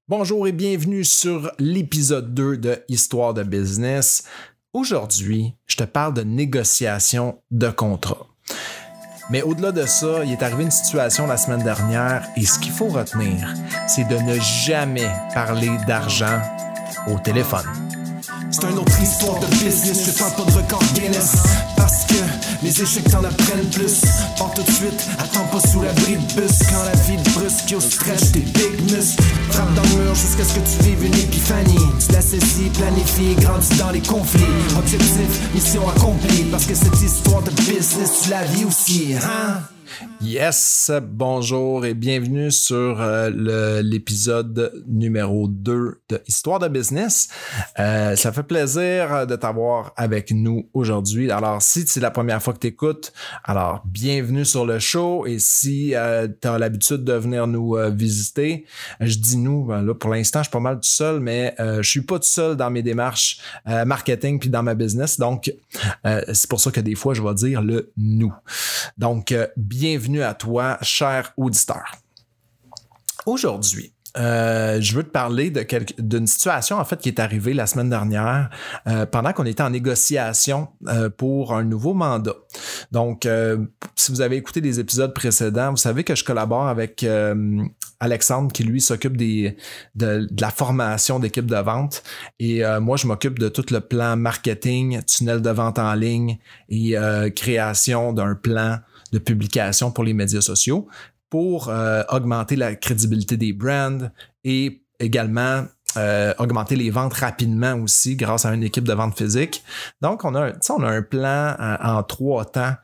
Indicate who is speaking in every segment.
Speaker 1: Bonjour et bienvenue sur l'épisode 2 de Histoire de business. Aujourd'hui, je te parle de négociation de contrat. Mais au-delà de ça, il est arrivé une situation la semaine dernière et ce qu'il faut retenir, c'est de ne jamais parler d'argent au téléphone.
Speaker 2: C'est une autre histoire de business, je parle pas de record Guinness. Parce que les échecs t'en apprennent plus. Pars tout de suite, attends pas sous l'abri de bus. Quand la vie te brusque, yo stretch tes big muscles. Frappe dans le mur jusqu'à ce que tu vives une épiphanie. Tu la saisis, planifie, grandis dans les conflits. Objectif, mission accomplie. Parce que cette histoire de business, tu la vis aussi, hein?
Speaker 1: Yes, bonjour et bienvenue sur l'épisode numéro 2 de Histoire de business. Ça fait plaisir de t'avoir avec nous aujourd'hui. Alors, si c'est la première fois que tu écoutes, alors bienvenue sur le show. Et si tu as l'habitude de venir nous visiter, je dis nous, là pour l'instant, je suis pas mal tout seul, mais je suis pas tout seul dans mes démarches marketing puis dans ma business. Donc, c'est pour ça que des fois, je vais dire le nous. Donc, bienvenue à toi, cher auditeur. Aujourd'hui, je veux te parler d'une situation en fait qui est arrivée la semaine dernière pendant qu'on était en négociation pour un nouveau mandat. Donc, si vous avez écouté les épisodes précédents, vous savez que je collabore avec Alexandre qui lui s'occupe de la formation d'équipe de vente et moi je m'occupe de tout le plan marketing, tunnel de vente en ligne et création d'un plan de publication pour les médias sociaux pour augmenter la crédibilité des brands et également augmenter les ventes rapidement aussi grâce à une équipe de vente physique. Donc, on a un plan en 3 temps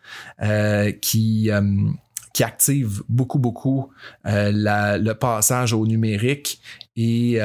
Speaker 1: qui active beaucoup le passage au numérique et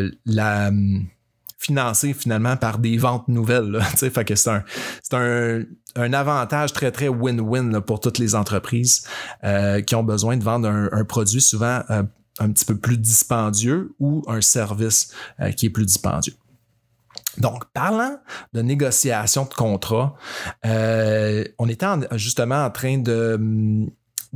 Speaker 1: financé finalement par des ventes nouvelles. Là, fait que c'est un avantage très win-win là, pour toutes les entreprises qui ont besoin de vendre un produit souvent un petit peu plus dispendieux ou un service qui est plus dispendieux. Donc, parlant de négociation de contrat, on était justement en train de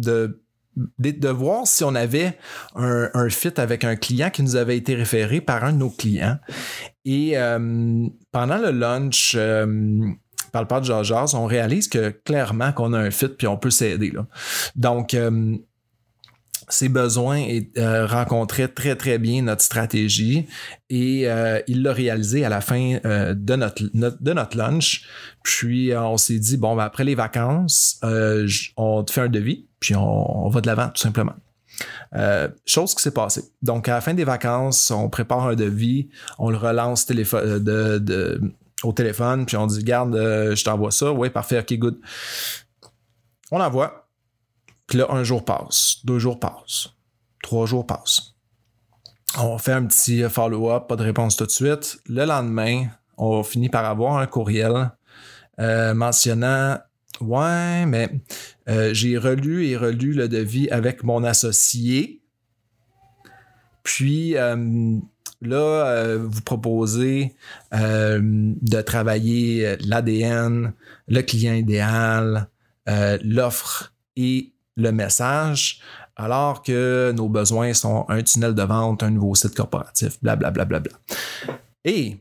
Speaker 1: voir si on avait un fit avec un client qui nous avait été référé par un de nos clients. Et pendant le lunch, par le pas de Jajas, on réalise que clairement qu'on a un fit puis on peut s'aider. Là. Donc, ses besoins rencontraient très bien notre stratégie et il l'a réalisé à la fin de notre lunch. Puis on s'est dit, bon, ben, après les vacances, on te fait un devis, puis on va de l'avant tout simplement. Chose qui s'est passée. Donc à la fin des vacances, on prépare un devis, on le relance au téléphone, puis on dit, garde, je t'envoie ça. Oui, parfait, ok, good. On l'envoie. Puis là, 1 jour passe, 2 jours passent, 3 jours passent. On fait un petit follow-up, pas de réponse tout de suite. Le lendemain, on finit par avoir un courriel mentionnant « Ouais, mais j'ai relu le devis avec mon associé. Puis là, vous proposez de travailler l'ADN, le client idéal, l'offre et le message, alors que nos besoins sont un tunnel de vente, un nouveau site corporatif, blablabla. Et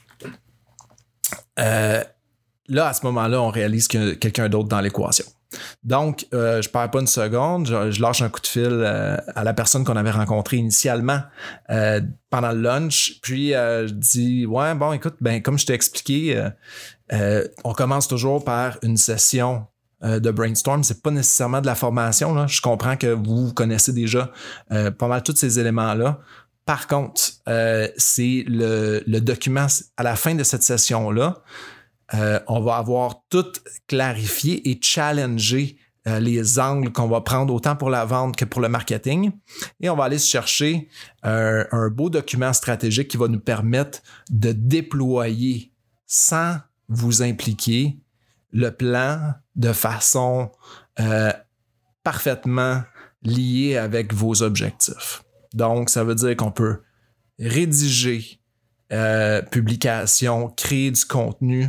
Speaker 1: là, à ce moment-là, on réalise qu'il y a quelqu'un d'autre dans l'équation. Donc, je perds pas une seconde, je lâche un coup de fil à la personne qu'on avait rencontrée initialement pendant le lunch, puis je dis « Ouais, bon, écoute, ben comme je t'ai expliqué, on commence toujours par une session de brainstorm, c'est pas nécessairement de la formation. Là. Je comprends que vous connaissez déjà pas mal tous ces éléments-là. Par contre, c'est le document à la fin de cette session-là. On va avoir tout clarifié et challengé les angles qu'on va prendre autant pour la vente que pour le marketing. Et on va aller chercher un beau document stratégique qui va nous permettre de déployer sans vous impliquer le plan de façon parfaitement liée avec vos objectifs. Donc, ça veut dire qu'on peut rédiger publication, créer du contenu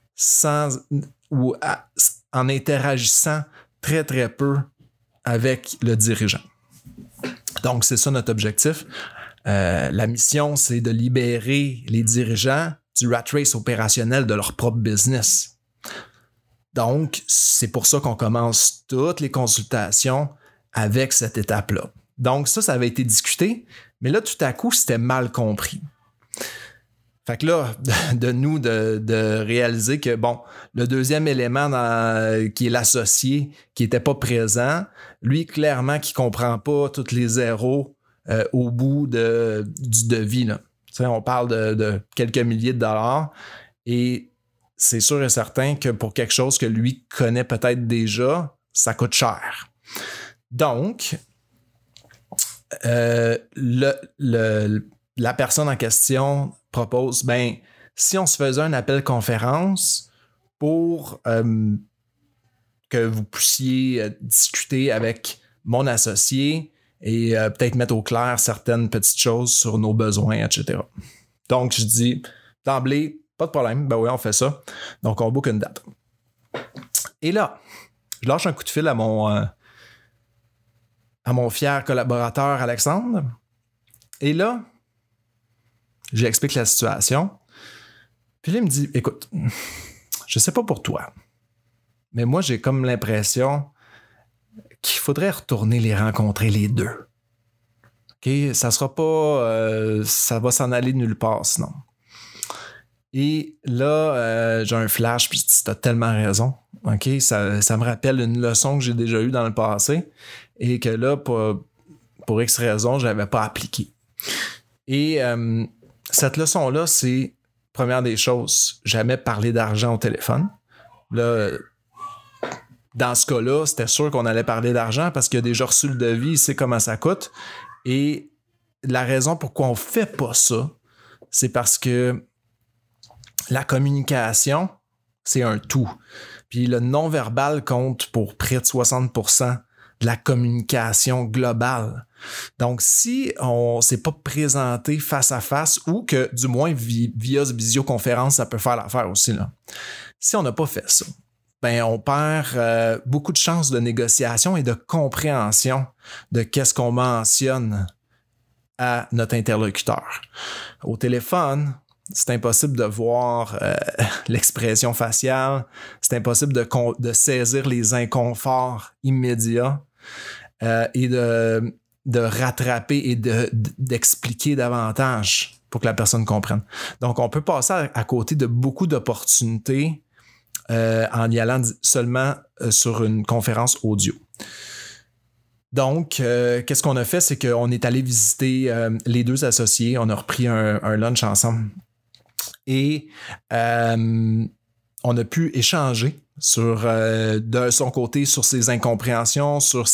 Speaker 1: en interagissant très peu avec le dirigeant. Donc, c'est ça notre objectif. La mission, c'est de libérer les dirigeants du rat race opérationnel de leur propre business. Donc, c'est pour ça qu'on commence toutes les consultations avec cette étape-là. Donc, ça avait été discuté, mais là, tout à coup, c'était mal compris. Fait que là, de réaliser que, bon, le deuxième élément qui est l'associé, qui n'était pas présent, lui, clairement, qui ne comprend pas tous les zéros au bout du devis, là. Tu sais, on parle de quelques milliers de dollars et c'est sûr et certain que pour quelque chose que lui connaît peut-être déjà, ça coûte cher. Donc, la personne en question propose, si on se faisait un appel conférence pour que vous puissiez discuter avec mon associé et peut-être mettre au clair certaines petites choses sur nos besoins, etc. Donc, je dis d'emblée, pas de problème, oui, on fait ça. Donc, on book une date. Et là, je lâche un coup de fil à mon fier collaborateur Alexandre. Et là, j'explique la situation. Puis là, il me dit, écoute, je sais pas pour toi, mais moi, j'ai comme l'impression qu'il faudrait retourner les rencontrer les deux. OK? Ça sera pas... ça va s'en aller nulle part, sinon. Et là, j'ai un flash, puis tu as tellement raison. OK? Ça me rappelle une leçon que j'ai déjà eue dans le passé et que là, pour X raisons, je n'avais pas appliqué. Et cette leçon-là, c'est, première des choses, jamais parler d'argent au téléphone. Là, dans ce cas-là, c'était sûr qu'on allait parler d'argent parce qu'il a déjà reçu le devis, il sait comment ça coûte. Et la raison pourquoi on ne fait pas ça, c'est parce que la communication, c'est un tout. Puis le non-verbal compte pour près de 60% de la communication globale. Donc, si on ne s'est pas présenté face à face ou que, du moins, via visioconférence, ça peut faire l'affaire aussi, là. Si on n'a pas fait ça, on perd beaucoup de chances de négociation et de compréhension de qu'est-ce qu'on mentionne à notre interlocuteur. Au téléphone, c'est impossible de voir l'expression faciale, c'est impossible de saisir les inconforts immédiats et de rattraper et d'expliquer davantage pour que la personne comprenne. Donc, on peut passer à côté de beaucoup d'opportunités en y allant seulement sur une conférence audio. Donc, qu'est-ce qu'on a fait? C'est qu'on est allé visiter les deux associés. On a repris un lunch ensemble. Et on a pu échanger de son côté sur ses incompréhensions, sur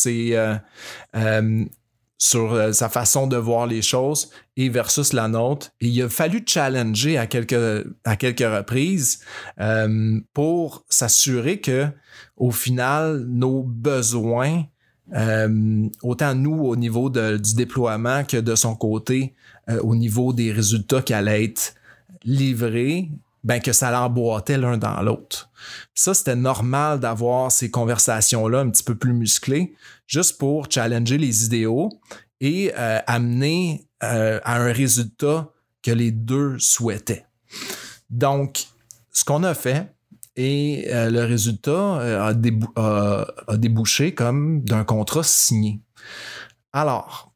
Speaker 1: sa façon de voir les choses et versus la nôtre. Et il a fallu challenger à quelques reprises pour s'assurer que, au final, nos besoins, autant nous au niveau du déploiement que de son côté au niveau des résultats qui allaient être livrés, que ça l'emboîtait l'un dans l'autre. Ça, c'était normal d'avoir ces conversations-là un petit peu plus musclées, juste pour challenger les idéaux et amener à un résultat que les deux souhaitaient. Donc, ce qu'on a fait, et le résultat a débouché comme d'un contrat signé. Alors,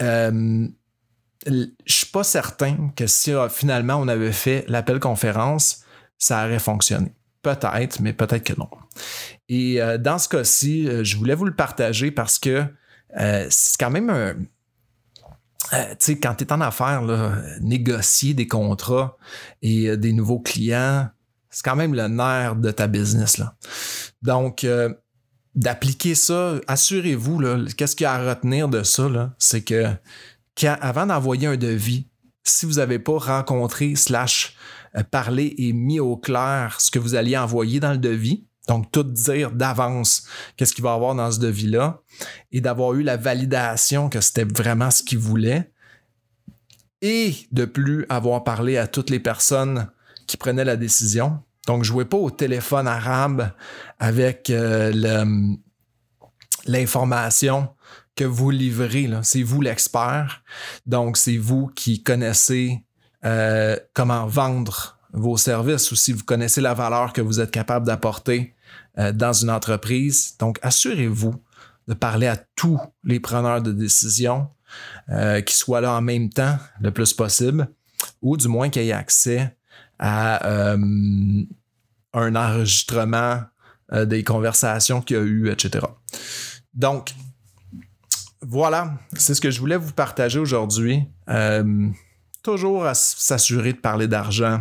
Speaker 1: je ne suis pas certain que si finalement on avait fait l'appel conférence, ça aurait fonctionné. Peut-être, mais peut-être que non. Et dans ce cas-ci, je voulais vous le partager parce que c'est quand même tu sais, quand tu es en affaires, là, négocier des contrats et des nouveaux clients, c'est quand même le nerf de ta business, là. Donc, d'appliquer ça, assurez-vous, là, qu'est-ce qu'il y a à retenir de ça, là, c'est que avant d'envoyer un devis, si vous n'avez pas rencontré / parlé et mis au clair ce que vous alliez envoyer dans le devis, donc tout dire d'avance qu'est-ce qu'il va y avoir dans ce devis-là et d'avoir eu la validation que c'était vraiment ce qu'il voulait et de plus avoir parlé à toutes les personnes qui prenaient la décision. Donc, jouez pas au téléphone arabe avec l'information que vous livrez, là. C'est vous l'expert. Donc, c'est vous qui connaissez comment vendre vos services ou si vous connaissez la valeur que vous êtes capable d'apporter dans une entreprise. Donc, assurez-vous de parler à tous les preneurs de décision qui soient là en même temps le plus possible ou du moins qu'ils aient accès à un enregistrement des conversations qu'il y a eu, etc. Donc, voilà, c'est ce que je voulais vous partager aujourd'hui. Toujours à s'assurer de parler d'argent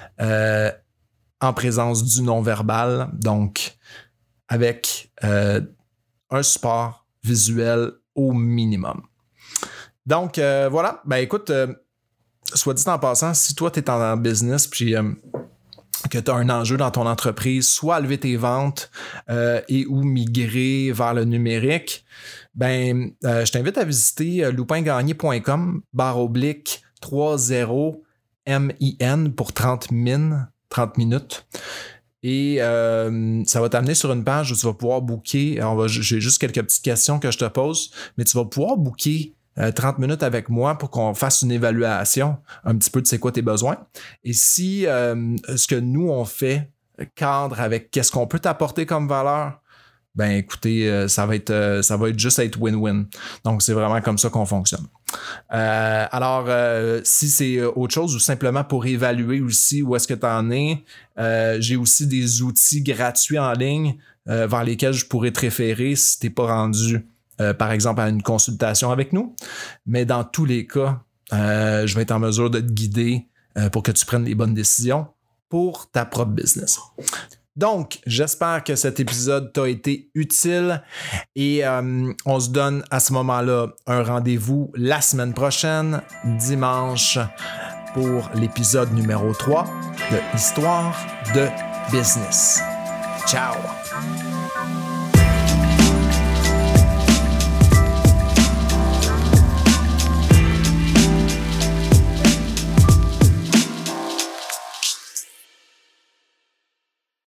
Speaker 1: en présence du non-verbal, donc avec un support visuel au minimum. Donc, voilà, ben écoute, soit dit en passant, si toi, tu es en business puis que tu as un enjeu dans ton entreprise, soit lever tes ventes et ou migrer vers le numérique, ben, je t'invite à visiter loupingagnier.com/30min pour 30 minutes. Et ça va t'amener sur une page où tu vas pouvoir booker. J'ai juste quelques petites questions que je te pose, mais tu vas pouvoir booker 30 minutes avec moi pour qu'on fasse une évaluation un petit peu de c'est quoi tes besoins. Et si ce que nous on fait cadre avec qu'est-ce qu'on peut t'apporter comme valeur, ben écoutez, ça va être juste être win-win. Donc c'est vraiment comme ça qu'on fonctionne. Alors si c'est autre chose ou simplement pour évaluer aussi où est-ce que tu en es, j'ai aussi des outils gratuits en ligne vers lesquels je pourrais te référer si tu n'es pas rendu par exemple à une consultation avec nous. Mais dans tous les cas, je vais être en mesure de te guider pour que tu prennes les bonnes décisions pour ta propre business. Donc, j'espère que cet épisode t'a été utile et on se donne à ce moment-là un rendez-vous la semaine prochaine, dimanche, pour l'épisode numéro 3 de Histoire de Business. Ciao!